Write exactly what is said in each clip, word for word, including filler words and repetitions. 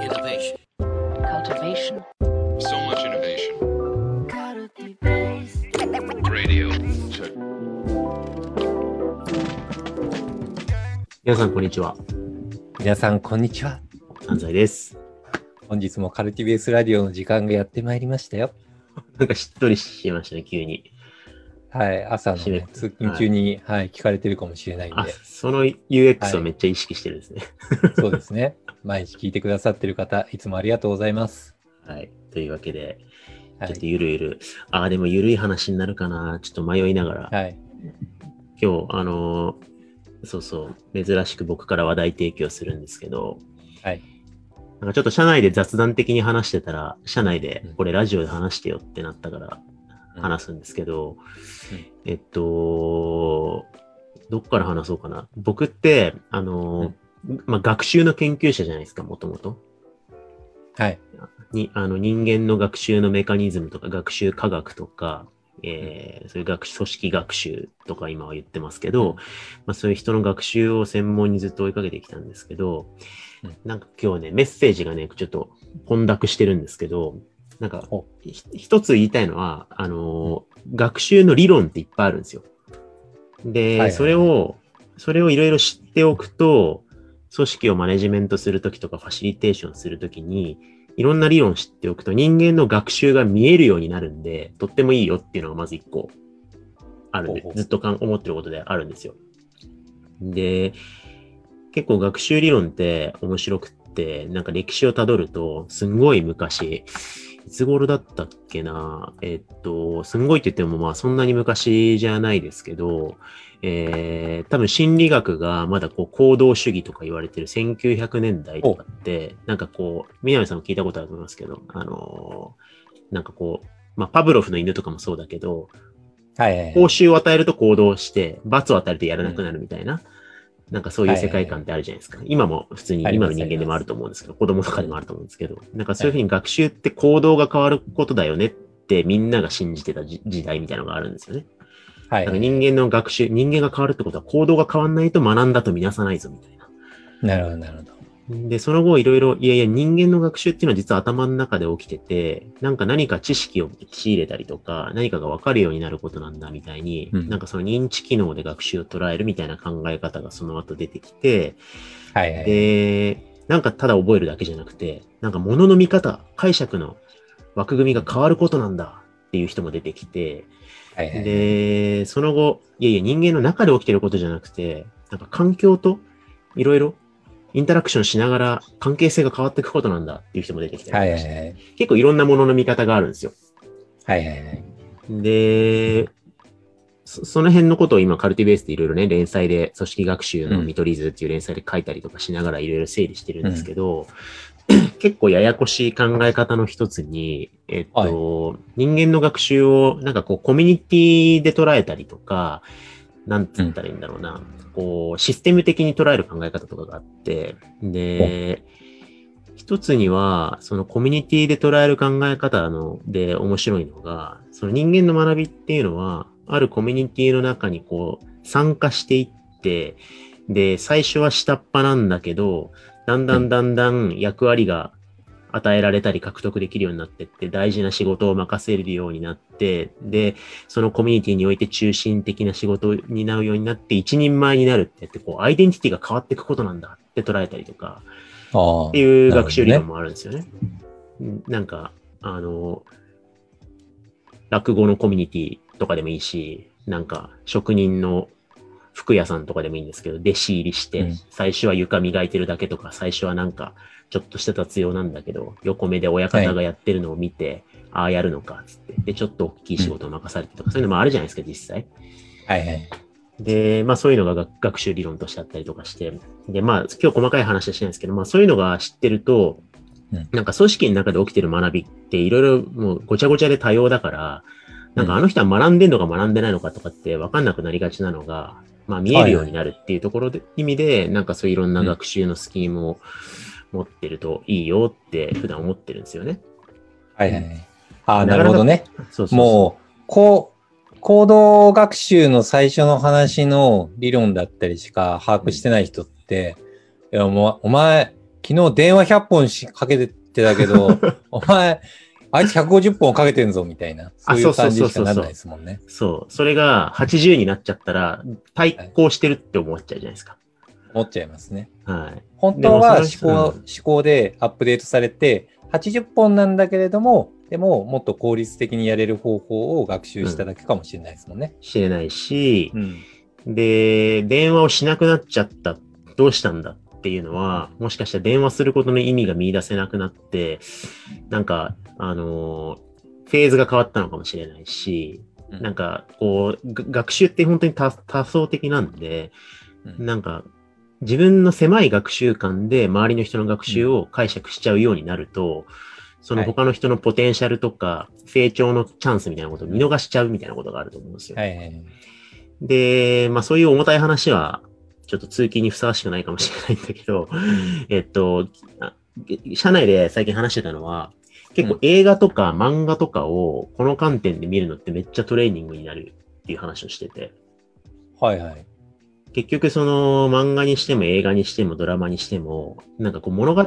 Innovation. Cultivation. So much innovation. Radio. Check. 皆さんこんにちは。 皆さんこんにちは。 安西です。 本日もカルティベースラジオの時間がやってまいりましたよ。 なんかしっとりしましたね、急に。 はい、朝の、ね、通勤中に、はいはい、聞かれてるかもしれないんで。 あ、その ユーエックス をめっちゃ意識してるんですね。 はい、そうですね。毎日聞いてくださってる方、いつもありがとうございます。 はい。というわけで、ちょっとゆるゆる、はい、ああ、でもゆるい話になるかな、ちょっと迷いながら。はい。今日、あのー、そうそう、珍しく僕から話題提供するんですけど、はい。なんかちょっと社内で雑談的に話してたら、社内でこれラジオで話してよってなったから話すんですけど、うんうん、えっと、どっから話そうかな。僕って、あの、うん、まあ、学習の研究者じゃないですか、もともと。 はい。 に、あの、人間の学習のメカニズムとか、学習科学とか、えー、そういう学習、組織学習とか今は言ってますけど、うん、まあ、そういう人の学習を専門にずっと追いかけてきたんですけど、うん、なんか今日ね、メッセージがね、ちょっと混濁してるんですけど、なんか、一つ言いたいのは、あの、うん、学習の理論っていっぱいあるんですよ。で、はいはいはい、それを、それをいろいろ知っておくと、組織をマネジメントするときとかファシリテーションするときに、いろんな理論を知っておくと人間の学習が見えるようになるんで、とってもいいよっていうのがまず一個あるんで、ほうほうずっとかん思ってることであるんですよ。で、結構学習理論って面白くって、なんか歴史をたどると、すんごい昔、いつ頃だったっけな、えっと、すんごいって言ってもまあそんなに昔じゃないですけど、えー、多分心理学がまだこう行動主義とか言われてるせんきゅうひゃくねんだいとかって、なんかこう、南さんも聞いたことあると思いますけど、あのー、なんかこう、まあパブロフの犬とかもそうだけど、はいはいはい、報酬を与えると行動して、罰を与えるとやらなくなるみたいな、うん、なんかそういう世界観ってあるじゃないですか。はいはいはい、今も普通に、今の人間でもあると思うんですけど、子供とかでもあると思うんですけど、なんかそういうふうに学習って行動が変わることだよねってみんなが信じてた時代みたいなのがあるんですよね。はい、はい。人間の学習、人間が変わるってことは行動が変わんないと学んだとみなさないぞみたいな。 なるほど、なるほど。 で、その後いろいろ、いやいや人間の学習っていうのは実は頭の中で起きてて、なんか何か知識を仕入れたりとか、何かが分かるようになることなんだみたいに、うん、なんかその認知機能で学習を捉えるみたいな考え方がその後出てきて、はいはいはい、で、なんかただ覚えるだけじゃなくて、なんか物の見方、解釈の枠組みが変わることなんだっていう人も出てきて、はいはいはい、で、その後、いやいや人間の中で起きてることじゃなくて、なんか環境といろいろインタラクションしながら関係性が変わっていくことなんだっていう人も出てきたりとかして、はいはいはい、結構いろんなものの見方があるんですよ。はいはいはい。で、そ, その辺のことを今カルティベースでいろいろね、連載で組織学習の見取り図っていう連載で書いたりとかしながらいろいろ整理してるんですけど、うん、結構ややこしい考え方の一つに、えっと、はい、人間の学習をなんかこうコミュニティで捉えたりとか、なんつったらいいんだろうな、うん、こうシステム的に捉える考え方とかがあって、で、一つにはそのコミュニティで捉える考え方ので面白いのが、その人間の学びっていうのは、あるコミュニティの中にこう参加していって、で、最初は下っ端なんだけど、だんだんだんだん役割が与えられたり獲得できるようになってって、大事な仕事を任せるようになって、で、そのコミュニティにおいて中心的な仕事を担うようになって、一人前になるってやって、こう、アイデンティティが変わっていくことなんだって捉えたりとか、っていう学習理論もあるんですよね。なんか、あの、落語のコミュニティとかでもいいし、なんか、職人の服屋さんとかでもいいんですけど、弟子入りして、最初は床磨いてるだけとか、最初はなんか、ちょっとした雑用なんだけど、横目で親方がやってるのを見て、はい、ああやるのか、つって。で、ちょっと大きい仕事を任されてとか、うん、そういうのもあるじゃないですか、実際。はいはい。で、まあそういうのが学習理論としてあったりとかして、で、まあ今日細かい話はしないんですけど、まあそういうのが知ってると、うん、なんか組織の中で起きてる学びっていろいろもうごちゃごちゃで多様だから、なんかあの人は学んでんのか学んでないのかとかって分かんなくなりがちなのが、まあ見えるようになるっていうところで、はい、意味で、なんかそういういろんな学習のスキームを持ってるといいよって普段思ってるんですよね。 はいはい。ああ、なるほどね。そうそうそう。もう、こう、行動学習の最初の話の理論だったりしか把握してない人って、うん、いやもうお前、 昨日電話ひゃっぽんしかけてたけど、お前、あいつひゃくごじゅっぽんかけてんぞみたいな、そういう感じしかならないですもんね。 そう。それがはちじゅうになっちゃったら、対抗してるって思っちゃうじゃないですか。 思っちゃいますね。 はい。 本当は思考、思考でアップデートされて、はちじゅっぽんなんだけれども、でももっと効率的にやれる方法を学習しただけかもしれないですもんね。 うん、しれないし、うん、で、電話をしなくなっちゃった。どうしたんだっていうのは、もしかしたら電話することの意味が見出せなくなって、なんか、あのー、フェーズが変わったのかもしれないし、うん、なんか、こう、学習って本当に 多, 多層的なんで、うん、なんか、自分の狭い学習観で周りの人の学習を解釈しちゃうようになると、うん、その他の人のポテンシャルとか、成長のチャンスみたいなことを見逃しちゃうみたいなことがあると思うんですよ。 はいはいはい、 で、まあそういう重たい話は、ちょっと通勤にふさわしくないかもしれないんだけど、えっと、社内で最近話してたのは、結構映画とか漫画とかをこの観点で見るのってめっちゃトレーニングになるっていう話をしてて。 はいはい。 結局その漫画にしても映画にしてもドラマにしても、なんかこう物語って、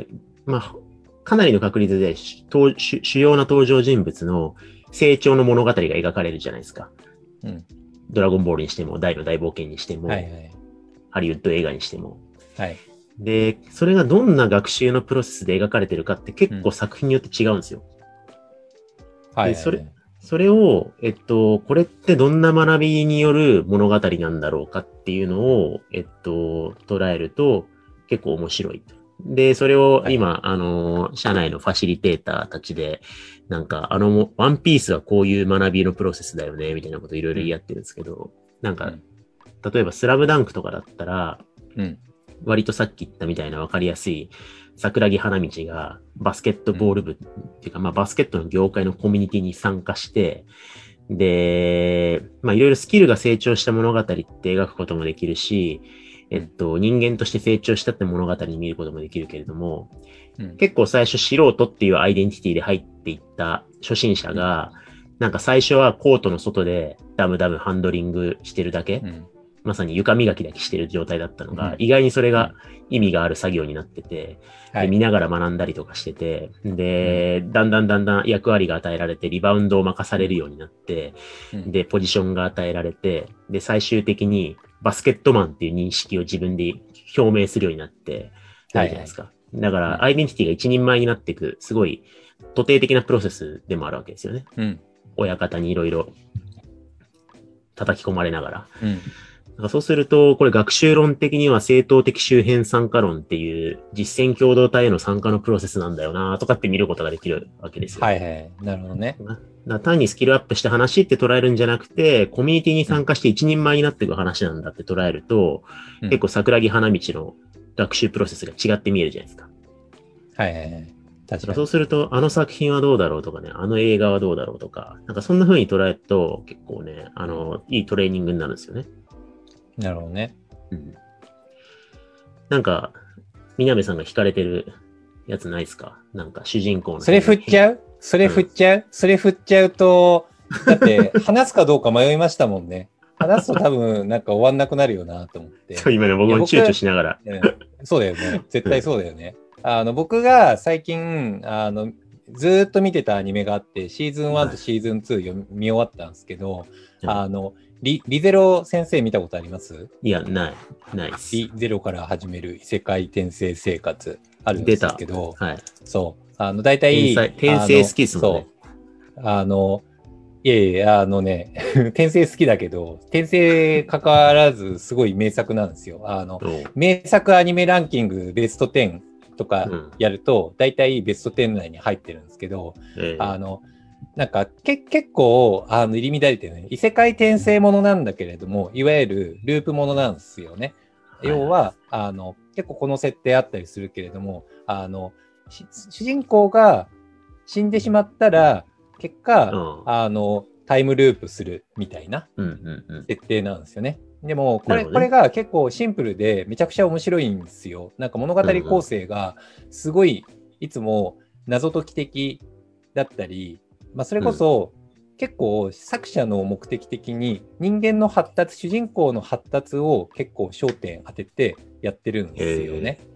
まあ、かなりの確率で主要な登場人物の成長の物語が描かれるじゃないですか。うん、ドラゴンボールにしても、大の大冒険にしても、はいはい、ハリウッド映画にしても。はい。で、それがどんな学習のプロセスで描かれてるかって結構作品によって違うんですよ。うん、はい、はい。で、それ、それを、えっと、これってどんな学びによる物語なんだろうかっていうのを、えっと、捉えると結構面白い。で、それを今、はい、あの、社内のファシリテーターたちで、なんか、あの、ワンピースはこういう学びのプロセスだよね、みたいなこといろいろ言い合ってるんですけど、うん、なんか、例えばスラムダンクとかだったら、うん、割とさっき言ったみたいな分かりやすい桜木花道がバスケットボール部っていうか、まあバスケットの業界のコミュニティに参加して、で、まあいろいろスキルが成長した物語って描くこともできるし、えっと、人間として成長したって物語に見ることもできるけれども、うん、結構最初素人っていうアイデンティティで入っていった初心者が、うん、なんか最初はコートの外でダムダムハンドリングしてるだけ、うん、まさに床磨きだけしてる状態だったのが、うん、意外にそれが意味がある作業になってて、うん、で見ながら学んだりとかしてて、で、うん、だんだんだんだん役割が与えられて、リバウンドを任されるようになって、うん、で、ポジションが与えられて、で、最終的にバスケットマンっていう認識を自分で表明するようになって、なるじゃないですか。はいはい、だから、アイデンティティが一人前になっていく、すごい、徒弟的なプロセスでもあるわけですよね。うん、親方にいろいろ叩き込まれながら。うん、なんかそうすると、これ学習論的には正当的周辺参加論っていう実践共同体への参加のプロセスなんだよなとかって見ることができるわけですよ。 はいはい。なるほどね。 だ単にスキルアップした話って捉えるんじゃなくて、コミュニティに参加して一人前になっていく話なんだって捉えると、うん、結構桜木花道の学習プロセスが違って見えるじゃないですか。 はいはいはい。確かに。 そうすると、あの作品はどうだろうとかね、あの映画はどうだろうとか、なんかそんな風に捉えると、結構ね、あの、いいトレーニングになるんですよね。 なるほどね。 うん。なんか、みなべさんが惹かれてるやつないですか？なんか主人公の。 それ振っちゃうそれ振っちゃう、うん、それ振っちゃうと、だって話すかどうか迷いましたもんね。話すと多分なんか終わんなくなるよなと思って。 そう、今ね、僕も躊躇しながら。 うん、そうだよね。絶対そうだよね。あの、僕が最近、あの、ずーっと見てたアニメがあって、シーズンワンとシーズンツー読み終わったんですけど、うん、あの、リ、リゼロ先生見たことあります？ いや、ない。ないです。 リゼロから始める異世界転生生活あるんですけど、 はい。 そう。あの、大体、 転生好きっすもんね。 そう。あの、いやいや、あのね、転生好きだけど、転生関わらずすごい名作なんですよ。あの、名作アニメランキングベストテンとかやると、うん、大体ベストテン内に入ってるんですけど、えー、あの、なんかけ結構あの入り乱れてるね。異世界転生ものなんだけれども、いわゆるループものなんですよね。はい、要はあの結構この設定あったりするけれども、あの主人公が死んでしまったら結果、うん、あのタイムループするみたいな設定なんですよね。でもこれ、ね、これが結構シンプルでめちゃくちゃ面白いんですよ。なんか物語構成がすごいいつも謎解き的だったり、まあ、それこそ、うん、結構作者の目的的に人間の発達、主人公の発達を結構焦点当ててやってるんですよね。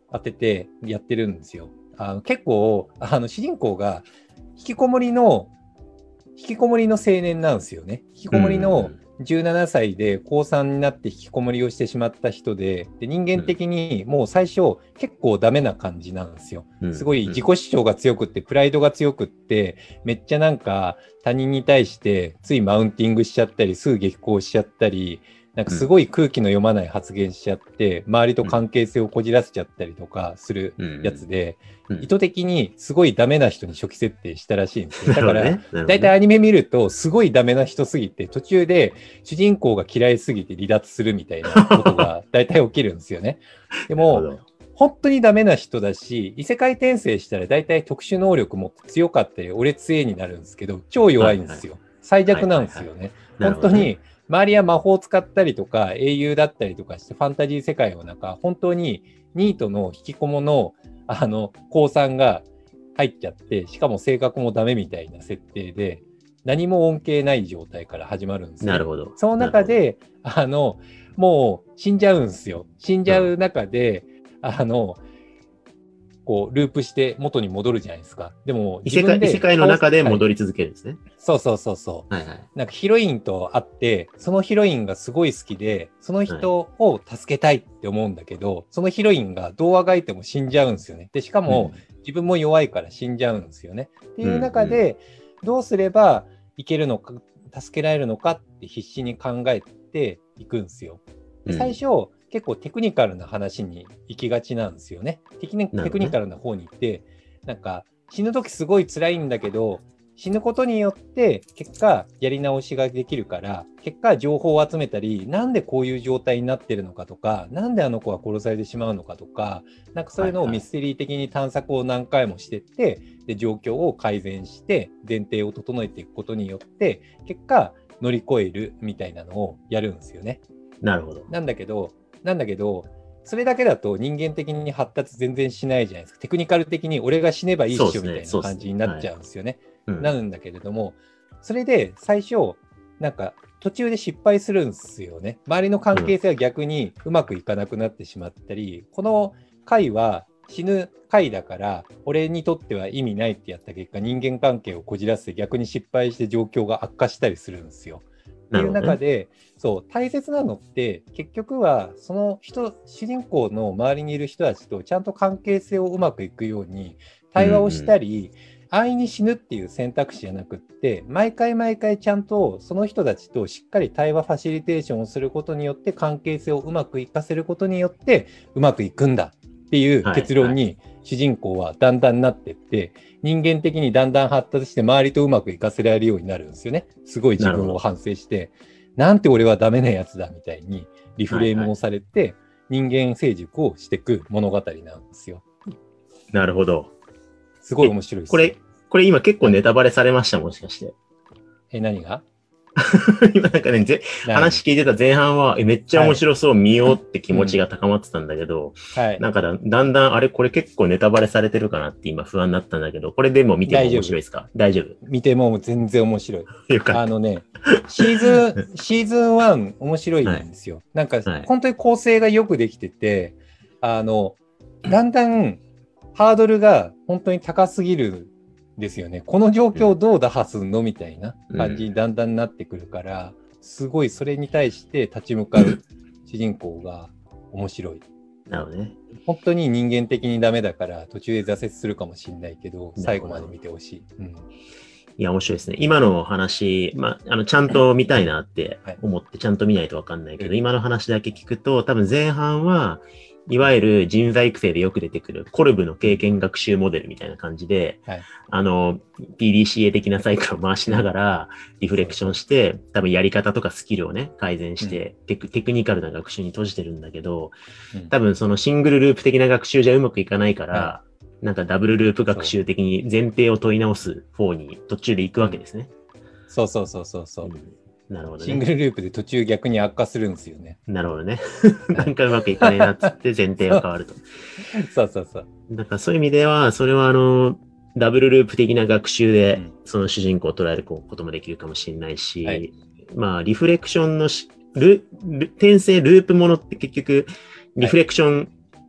当ててやってるんですよ。あの結構あの主人公が引きこもりの引きこもりの青年なんですよね。引きこもりのじゅうななさいでこうさんになって引きこもりをしてしまった人で、で人間的にもう最初結構ダメな感じなんですよ。すごい自己主張が強くってプライドが強くってめっちゃなんか他人に対してついマウンティングしちゃったりすぐ激高しちゃったり、なんかすごい空気の読まない発言しちゃって周りと関係性をこじらせちゃったりとかするやつで、意図的にすごいダメな人に初期設定したらしいんですよ。だからだいたいアニメ見るとすごいダメな人すぎて途中で主人公が嫌いすぎて離脱するみたいなことがだいたい起きるんですよね。でも本当にダメな人だし、異世界転生したらだいたい特殊能力も強かったり俺強いになるんですけど超弱いんですよ。はいはい、最弱なんですよね。はいはいはい、本当に周りは魔法を使ったりとか英雄だったりとかしてファンタジー世界の中本当にニートの引きこものあの高さんが入っちゃって、しかも性格もダメみたいな設定で何も恩恵ない状態から始まるんですよ。 なるほど。 その中であのもう死んじゃうんですよ。死んじゃう中で、うん、あのこうループして元に戻るじゃないですか。でも異世界、異世界の中で戻り続けるんですね。 そうそうそうそう、はいはい。なんかヒロインと会って、そのヒロインがすごい好きで、その人を助けたいって思うんだけど、はい、そのヒロインがどうあがいても死んじゃうんですよね。で、しかも、うん、自分も弱いから死んじゃうんですよね。っていう中で、うん、どうすればいけるのか、助けられるのかって必死に考えていくんですよ。で最初、うん結構テクニカルな話に行きがちなんですよね。テクニ、テクニカルな方に行って、なんか死ぬ時すごい辛いんだけど、死ぬことによって結果やり直しができるから、結果情報を集めたり、なんでこういう状態になってるのかとか、なんであの子は殺されてしまうのかとか、なんかそういうのをミステリー的に探索を何回もしてって、はいはい、で状況を改善して前提を整えていくことによって、結果乗り越えるみたいなのをやるんですよね。 なるほど。 なんだけど、なんだけど、それだけだと人間的に発達全然しないじゃないですか。テクニカル的に俺が死ねばいいっしょみたいな感じになっちゃうんですよね。はい、なるんだけれども、それで最初、なんか途中で失敗するんですよね。周りの関係性は逆にうまくいかなくなってしまったり、うん、この回は死ぬ回だから、俺にとっては意味ないってやった結果、人間関係をこじらせて逆に失敗して状況が悪化したりするんですよ。っていう中で、そう大切なのって結局はその人主人公の周りにいる人たちとちゃんと関係性をうまくいくように対話をしたり、うんうん、安易に死ぬっていう選択肢じゃなくって毎回毎回ちゃんとその人たちとしっかり対話ファシリテーションをすることによって関係性をうまくいかせることによってうまくいくんだっていう結論に主人公はだんだんなってって、はいはい、人間的にだんだん発達して周りとうまくいかせられるようになるんですよね。すごい自分を反省してなんて俺はダメなやつだみたいにリフレームをされて、はいはい、人間成熟をしていく物語なんですよ。 なるほど。 すごい面白いです。 これ、これ今結構ネタバレされました、もしかして。 え、何が今なんかね、ぜ話聞いてた前半はえめっちゃ面白そう、はい、見ようって気持ちが高まってたんだけど、はい、なんかだ、だんだんあれこれ結構ネタバレされてるかなって今不安になったんだけど、これでも見ても面白いですか？大丈夫？ 見ても全然面白い。よかった。あのね、シーズン、シーズンワン面白いんですよ。はい、なんか、はい、本当に構成がよくできてて、あの、だんだんハードルが本当に高すぎるですよね。この状況をどう打破するのみたいな感じにだんだんなってくるから、うん、すごいそれに対して立ち向かう主人公が面白い。 なるほどね。 本当に人間的にダメだから途中で挫折するかもしれないけど、最後まで見てほしい。うん、 いや、面白いですね。今の話、まあ、あの、ちゃんと見たいなって思って、ちゃんと見ないとわかんないけど、はい、今の話だけ聞くと、多分前半は、いわゆる人材育成でよく出てくるコルブの経験学習モデルみたいな感じで、はい、あの、ピーディーシーエー 的なサイクルを回しながらリフレクションして、多分やり方とかスキルをね、改善して、うん、テク、テクニカルな学習に閉じてるんだけど、うん、多分そのシングルループ的な学習じゃうまくいかないから、はい、なんかダブルループ学習的に前提を問い直す方に途中で行くわけですね。 そうそうそうそうそう。うんなるほどね。 シングルループで途中逆に悪化するんですよね。 なるほどね。なんかうまくいかねえなっつって前提が変わると。 そうそうそう。 だからそういう意味では、それはあの、ダブルループ的な学習で、その主人公を捉えることもできるかもしれないし、はい、まあ、リフレクションのし、ル、ル転生ループものって結局、リフレクション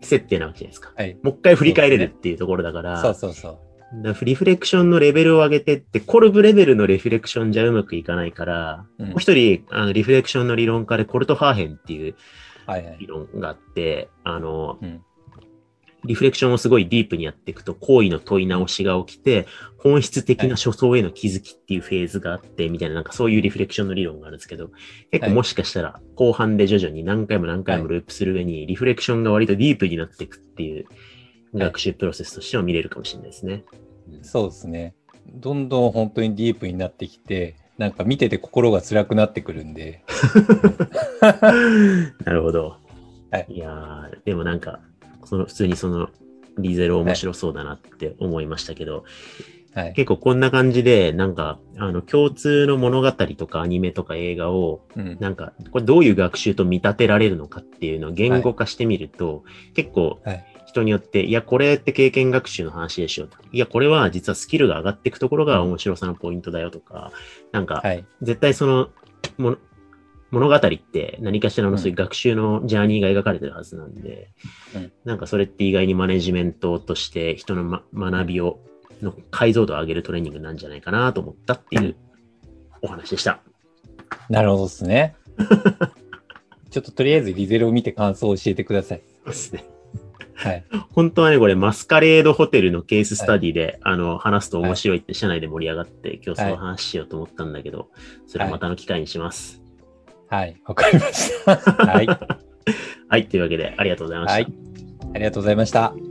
設定なわけじゃないですか。 はい、 もう一回振り返れるっていうところだから、 そうそうそう。 だリフレクションのレベルを上げてって、コルブレベルのリフレクションじゃうまくいかないから、うん、もう一人、あのリフレクションの理論家でコルト・ハーヘンっていう理論があって、はいはい、あの、うん、リフレクションをすごいディープにやっていくと、行為の問い直しが起きて、本質的な初想への気づきっていうフェーズがあって、みたいな、なんかそういうリフレクションの理論があるんですけど、結構もしかしたら、後半で徐々に何回も何回もループする上に、リフレクションが割とディープになっていくっていう学習プロセスとしても見れるかもしれないですね。 うん、そうですね。どんどん本当にディープになってきて、なんか見てて心が辛くなってくるんで。 なるほど。 はい、 いやー、でもなんか、その普通にそのリゼロ面白そうだなって思いましたけど、はい、結構こんな感じで、なんか、あの、共通の物語とかアニメとか映画を、うん、なんか、これどういう学習と見立てられるのかっていうのを言語化してみると、はい、結構、人によって、いや、これって経験学習の話でしょと。いや、これは実はスキルが上がっていくところが面白さのポイントだよとか、うん、なんか、はい、絶対その、も物語って何かしらのそういう学習のジャーニーが描かれてるはずなんで、うん、なんかそれって意外にマネジメントとして人の、ま、学びを、の解像度を上げるトレーニングなんじゃないかなと思ったっていうお話でした。 なるほどですね。ちょっととりあえずリゼロを見て感想を教えてください。 そうですね。 はい。 本当はね、これマスカレードホテルのケーススタディで、はい、あの、話すと面白いって社内で盛り上がって、はい、今日その話しようと思ったんだけど、それはまたの機会にします。 はい、わかりました。はい。 はい、というわけでありがとうございました。はい、 ありがとうございました。